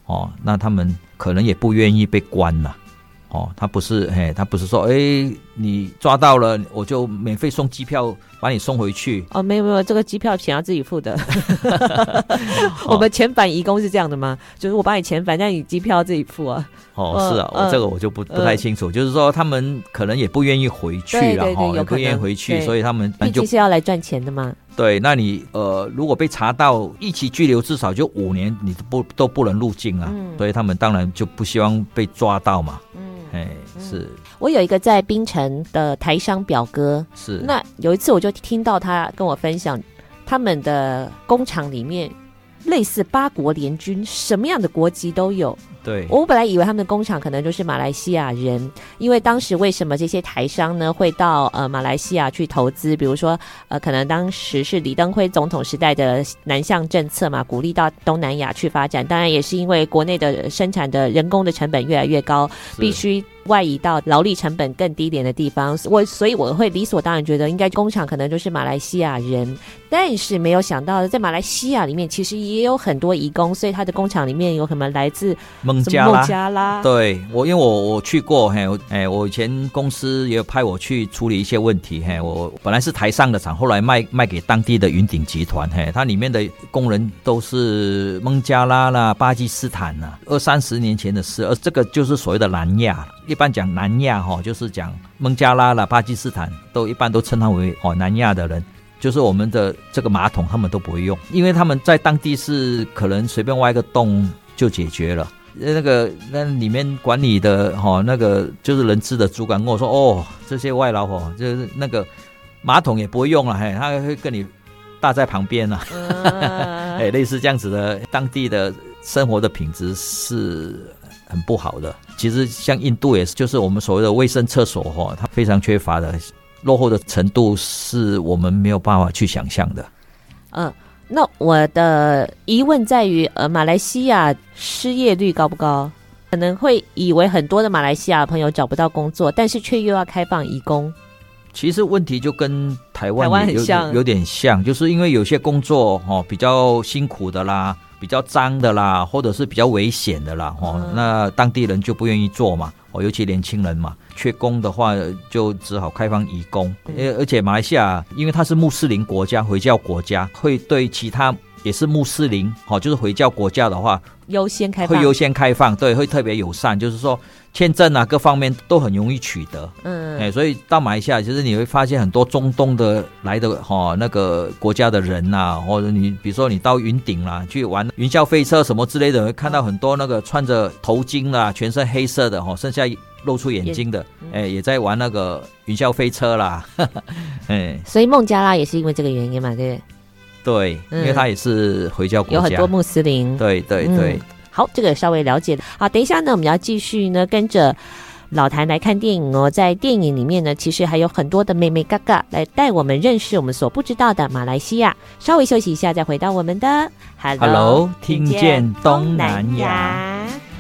哦，那他们可能也不愿意被关了。哦，他不是，嘿，他不是说，哎，你抓到了，我就免费送机票把你送回去。 哦，没有没有，这个机票钱要自己付的。我们遣返移工是这样的吗？就是我把你遣返，但你机票自己付啊。 哦，是啊，我、呃、这个我就不不太清楚，呃、就是说他们可能也不愿意回去了，哈，也不愿意回去，所以他们毕竟是要来赚钱的嘛。 对，那你呃，如果被查到一起拘留，至少就五年，你都不都不能入境啊。嗯、所以他们当然就不希望被抓到嘛。嗯。哎，是我有一个在槟城的台商表哥， 是那有一次我就听到他跟我分享，他们的工厂里面类似八国联军，什么样的国籍都有。 对， 我本来以为他们的工厂可能就是马来西亚人，因为当时为什么这些台商呢会到呃马来西亚去投资？比如说呃，可能当时是李登辉总统时代的南向政策嘛，鼓励到东南亚去发展。当然也是因为国内的生产的人工的成本越来越高，必须外移到劳力成本更低廉的地方。我所以我会理所当然觉得应该工厂可能就是马来西亚人，但是没有想到在马来西亚里面其实也有很多移工，所以他的工厂里面有可能来自孟加拉， 孟加拉。 对，我因为我我去过，嘿，我哎，我以前公司也有派我去处理一些问题，嘿，我本来是台上的厂，后来卖卖给当地的云顶集团，嘿，它里面的工人都是孟加拉啦、巴基斯坦啦，二三十年前的事，而这个就是所谓的南亚。一般讲南亚哈，就是讲孟加拉啦、巴基斯坦，都一般都称他为哦南亚的人。就是我们的这个马桶他们都不会用，因为他们在当地是可能随便挖一个洞就解决了。那个那里面管理的哈、哦，那个就是人资的主管跟我说，哦，这些外劳哦，就是那个马桶也不会用了，嘿，他会跟你搭在旁边啊，哎、uh ，类似这样子的，当地的生活的品质是很不好的。其实像印度也是，就是我们所谓的卫生厕所哈、哦，它非常缺乏的。落后的程度是我们没有办法去想象的。 嗯，那我的疑问在于，呃，马来西亚失业率高不高？可能会以为很多的马来西亚朋友找不到工作，但是却又要开放移工。 其实问题就跟台湾, 台湾有很像， 有点像，就是因为有些工作、哦、比较辛苦的啦，比较脏的啦，或者是比较危险的啦、哦嗯、那当地人就不愿意做嘛、哦、尤其年轻人嘛，缺工的话就只好开放移工、嗯、而且马来西亚因为它是穆斯林国家，回教国家，会对其他也是穆斯林、哦、就是回教国家的话优先开放， 会优先开放，对，会特别友善，就是说签证啊各方面都很容易取得。嗯，哎，所以到马来西亚其实你会发现很多中东的来的哈、哦、那个国家的人呐、啊，或者你比如说你到云顶啦去玩云霄飞车什么之类的，会看到很多那个穿着头巾啦，全身黑色的哈、哦，剩下露出眼睛的，哎、嗯，也在玩那个云霄飞车啦。哎， 所以孟加拉也是因为这个原因嘛，对不对？ 对，因为它也是回教国家， 有很多穆斯林。 对对对、嗯。 好，这个稍微了解了。好，等一下呢，我们要继续呢，跟着老谭来看电影哦。在电影里面呢，其实还有很多的妹妹嘎嘎来带我们认识我们所不知道的马来西亚。稍微休息一下，再回到我们的 Hello, Hello 听见东南亚。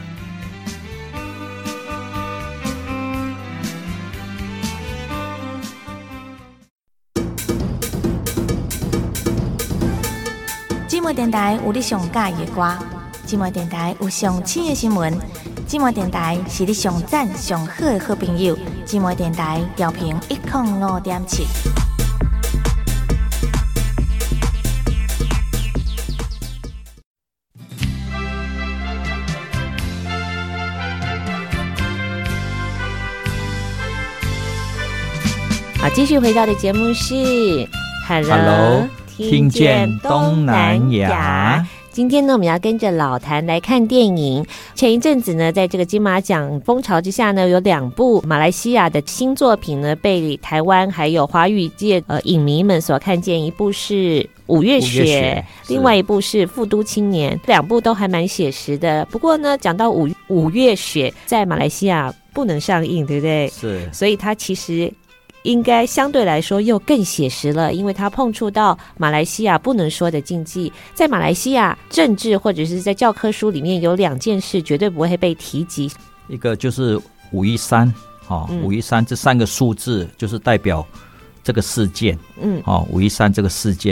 寂寞電台有你上喜歡的歌，寂寞電台有上新的新聞，寂寞電台是你上讚上好的好朋友。寂寞電台調頻一零五點七。 好，继续回到的节目是 Hello。 Hello听见东南亚。 今天呢，我们要跟着老谭来看电影。前一阵子呢，在这个金马奖风潮之下呢，有两部马来西亚的新作品呢，被台湾还有华语界呃影迷们所看见。一部是《五月雪》，雪另外一部是《富都青年》，两部都还蛮写实的。不过呢，讲到五五月雪，在马来西亚不能上映，对不对？ 是， 所以它其实应该相对来说又更写实了，因为它碰触到马来西亚不能说的禁忌。在马来西亚政治或者是在教科书里面有两件事绝对不会被提及， 一个就是五一三，哦，五一三这三个数字就是代表这个事件，嗯，哦，五一三这个事件。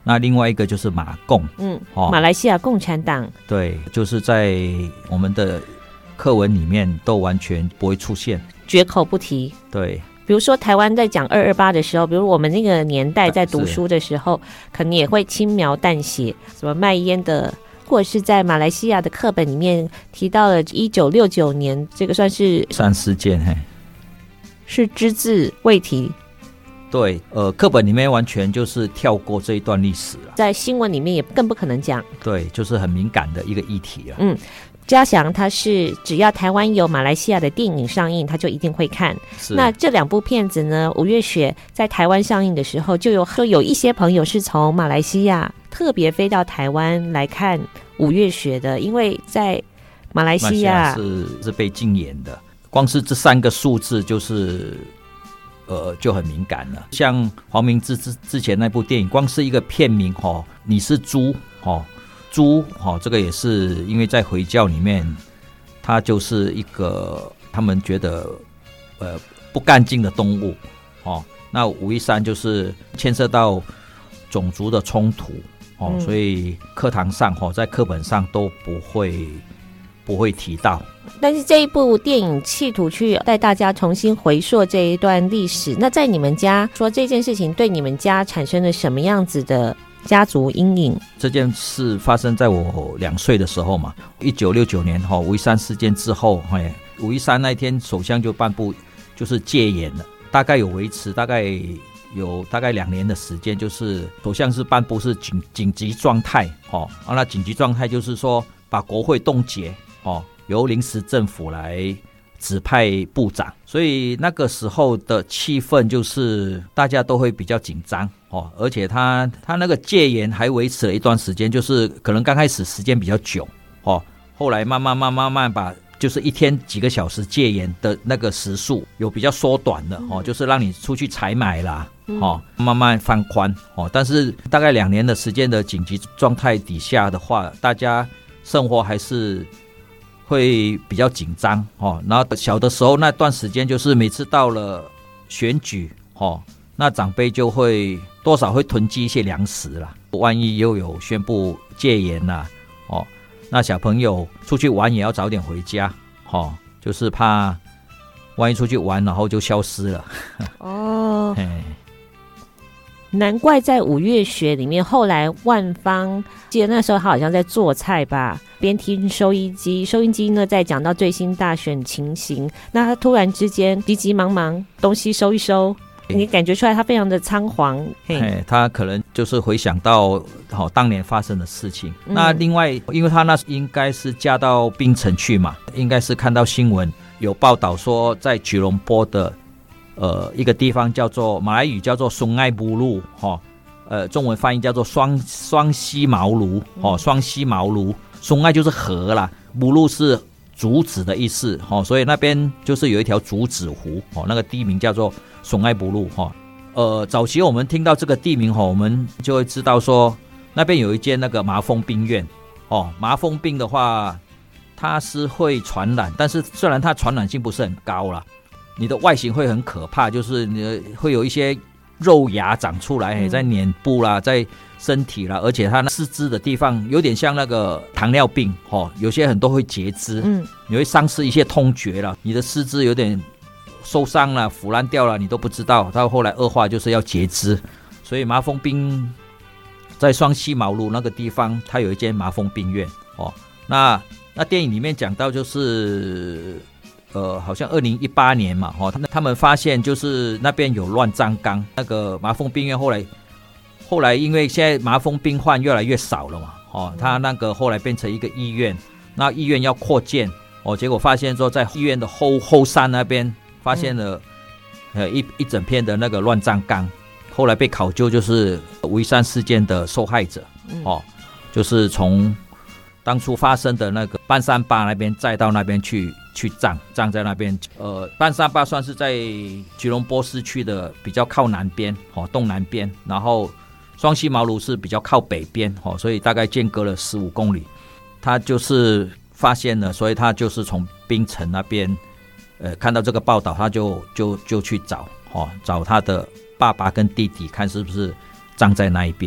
那另外一个就是马共， 嗯，哦、马来西亚共产党， 对，就是在我们的课文里面都完全不会出现， 绝口不提。 对， 比如说台湾在讲二二八的时候，比如我们那个年代在读书的时候，可能也会轻描淡写，什么卖烟的，或者是在马来西亚的课本里面提到了一九六九年，这个算是三事件，嘿， 是只字未提。 对，呃，课本里面完全就是跳过这一段历史了， 在新闻里面也更不可能讲。 对，就是很敏感的一个议题了。 嗯，嘉祥他是只要台湾有马来西亚的电影上映，他就一定会看。那这两部片子呢，五月雪在台湾上映的时候，就有说有一些朋友是从马来西亚特别飞到台湾来看五月雪的，因为在马来西亚是是被禁演的，光是这三个数字就是呃就很敏感了。像黄明志之之前那部电影，光是一个片名哦，你是猪哦。猪、哦、这个也是因为在回教里面，它就是一个他们觉得呃不干净的动物、哦、那五一三就是牵涉到种族的冲突、哦嗯、所以课堂上、哦、在课本上都不会不会提到。 但是这一部电影企图去带大家重新回溯这一段历史，那在你们家说这件事情对你们家产生了什么样子的家族阴影？ 这件事发生在我两岁的时候嘛，一九六九年哈五一三事件之后，五一三那天首相就颁布就是戒严了，大概有维持大概有大概两年的时间，就是首相是颁布是紧紧急状态哦，啊，那紧急状态就是说把国会冻结哦，由临时政府来指派部长，所以那个时候的气氛就是大家都会比较紧张哦，而且他他那个戒严还维持了一段时间，就是可能刚开始时间比较久哦，后来慢慢慢慢慢把就是一天几个小时戒严的那个时数有比较缩短了哦，就是让你出去采买啦哦，慢慢放宽哦，但是大概两年的时间的紧急状态底下的话，大家生活还是会比较紧张哦，然后小的时候那段时间就是每次到了选举哦，那长辈就会多少会囤积一些粮食啦，万一又有宣布戒严啦哦，那小朋友出去玩也要早点回家哦，就是怕万一出去玩然后就消失了哦。难怪在五月雪里面，后来万芳记得那时候他好像在做菜吧，边听收音机，收音机呢在讲到最新大选情形，那他突然之间急急忙忙东西收一收，你感觉出来他非常的仓皇。 嘿，他可能就是回想到、哦、当年发生的事情、嗯、那另外因为他那应该是嫁到槟城去嘛，应该是看到新闻有报道说在吉隆坡的呃，一个地方叫做马来语叫做松爱布路、哦、呃，中文翻译叫做双双溪茅庐、哦、双溪茅庐，松爱就是河啦，布路是竹子的意思、哦、所以那边就是有一条竹子湖、哦、那个地名叫做松爱布路、哦、呃，早期我们听到这个地名、哦、我们就会知道说那边有一间那个麻风病院、哦、麻风病的话它是会传染，但是虽然它传染性不是很高啦，你的外形会很可怕，就是你会有一些肉芽长出来、嗯、在脸部啦，在身体啦，而且它四肢的地方有点像那个糖尿病、哦、有些很多会截肢、嗯、你会丧失一些痛觉啦，你的四肢有点受伤了腐烂掉了你都不知道，到后来恶化就是要截肢，所以麻风病在双溪茅庐那个地方它有一间麻风病院、哦、那那电影里面讲到就是呃，好像二零一八年嘛、哦、他们发现就是那边有乱葬岗，那个麻风病院后来后来因为现在麻风病患越来越少了嘛、哦、他那个后来变成一个医院，那医院要扩建、哦、结果发现说在医院的后后山那边发现了、嗯呃、一, 一整片的那个乱葬岗，后来被考究就是五一三事件的受害者、嗯哦、就是从当初发生的那个半山坝那边再到那边去去葬葬在那边，呃，半山坝算是在吉隆坡市区的比较靠南边、哦、东南边，然后双溪茅庐是比较靠北边、哦、所以大概间隔了十五公里。他就是发现了，所以他就是从槟城那边，呃，看到这个报道，他就就就去找、哦、找他的爸爸跟弟弟，看是不是葬在那一边。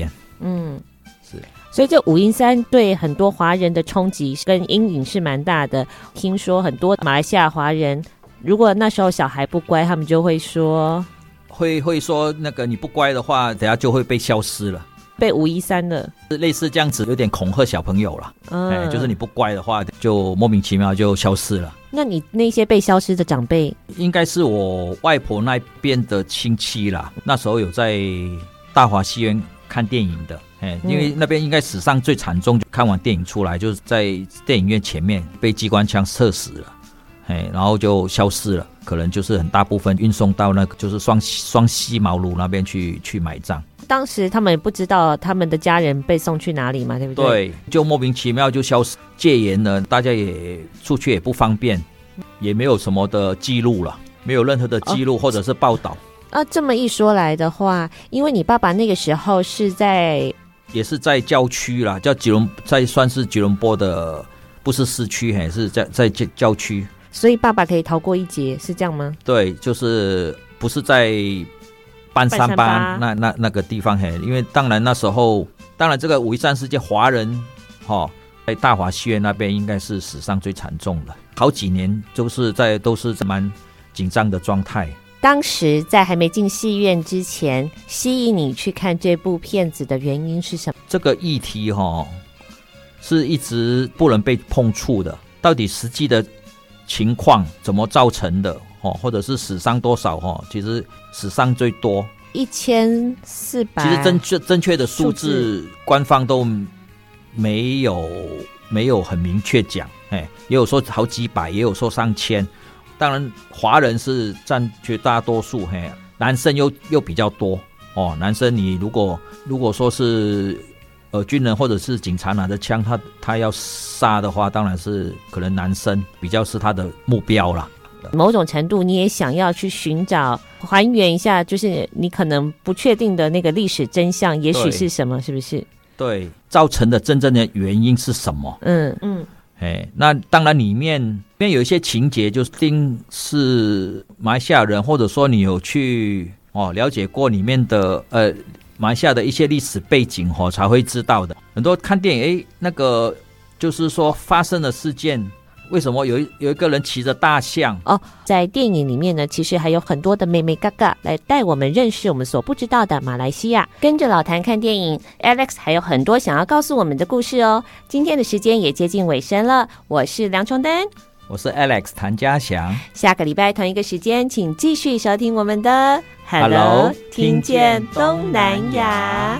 嗯， 是。 所以这五阴山对很多华人的冲击跟阴影是蛮大的。听说很多马来西亚华人，如果那时候小孩不乖，他们就会说， 会会说那个你不乖的话，等下就会被消失了， 被五一三了， 类似这样子，有点恐吓小朋友了。 嗯、 哎，就是你不乖的话，就莫名其妙就消失了。 那你那些被消失的长辈， 应该是我外婆那边的亲戚啦。那时候有在大华戏院看电影的。因为那边应该史上最惨重，看完电影出来就是在电影院前面被机关枪射死了，然后就消失了，可能就是很大部分运送到那个就是双双溪茅庐那边去去埋葬。 当时他们也不知道他们的家人被送去哪里嘛，对不对？ 对，就莫名其妙就消失，戒严了，大家也出去也不方便，也没有什么的记录了，没有任何的记录或者是报道。 啊，这么一说来的话，因为你爸爸那个时候是在也是在郊区啦，叫吉隆，在算是吉隆坡的，不是市区，还是在在郊区， 所以爸爸可以逃过一劫，是这样吗？ 对，就是不是在半山巴那那那个地方，嘿，因为当然那时候，当然这个五一三事件，华人哦，在大华戏院那边应该是史上最惨重的，好几年都是在都是蛮紧张的状态。 当时在还没进戏院之前，吸引你去看这部片子的原因是什么？ 这个议题齁，是一直不能被碰触的，到底实际的情况怎么造成的，或者是死伤多少，其实死伤最多一千四百， 其实正确正确的数字官方都没有没有很明确讲，也有说好几百，也有说上千。当然华人是占绝大多数，嘿，男生又又比较多哦。男生你如果如果说是呃军人或者是警察拿着枪，他他要杀的话，当然是可能男生比较是他的目标啦。 某种程度你也想要去寻找还原一下，就是你可能不确定的那个历史真相也许是什么，是不是？ 对，造成的真正的原因是什么？ 嗯嗯。 哎，那当然里面里面有一些情节，就是定是马来西亚人，或者说你有去哦了解过里面的呃马来西亚的一些历史背景哦，才会知道的。很多看电影，哎，那个就是说发生的事件，为什么有一有一个人骑着大象？ 哦，在电影里面呢，其实还有很多的妹妹嘎嘎来带我们认识我们所不知道的马来西亚。跟着老谭看电影 ，Alex 还有很多想要告诉我们的故事哦。今天的时间也接近尾声了，我是梁崇丹， 我是 Alex 谭家祥。 下个礼拜同一个时间，请继续收听我们的 Hello， 听见东南亚。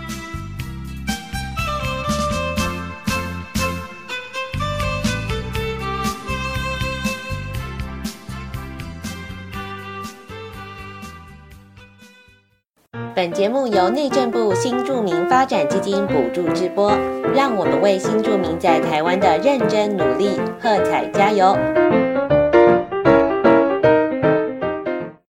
本节目由内政部新住民发展基金补助直播，让我们为新住民在台湾的认真努力喝彩加油。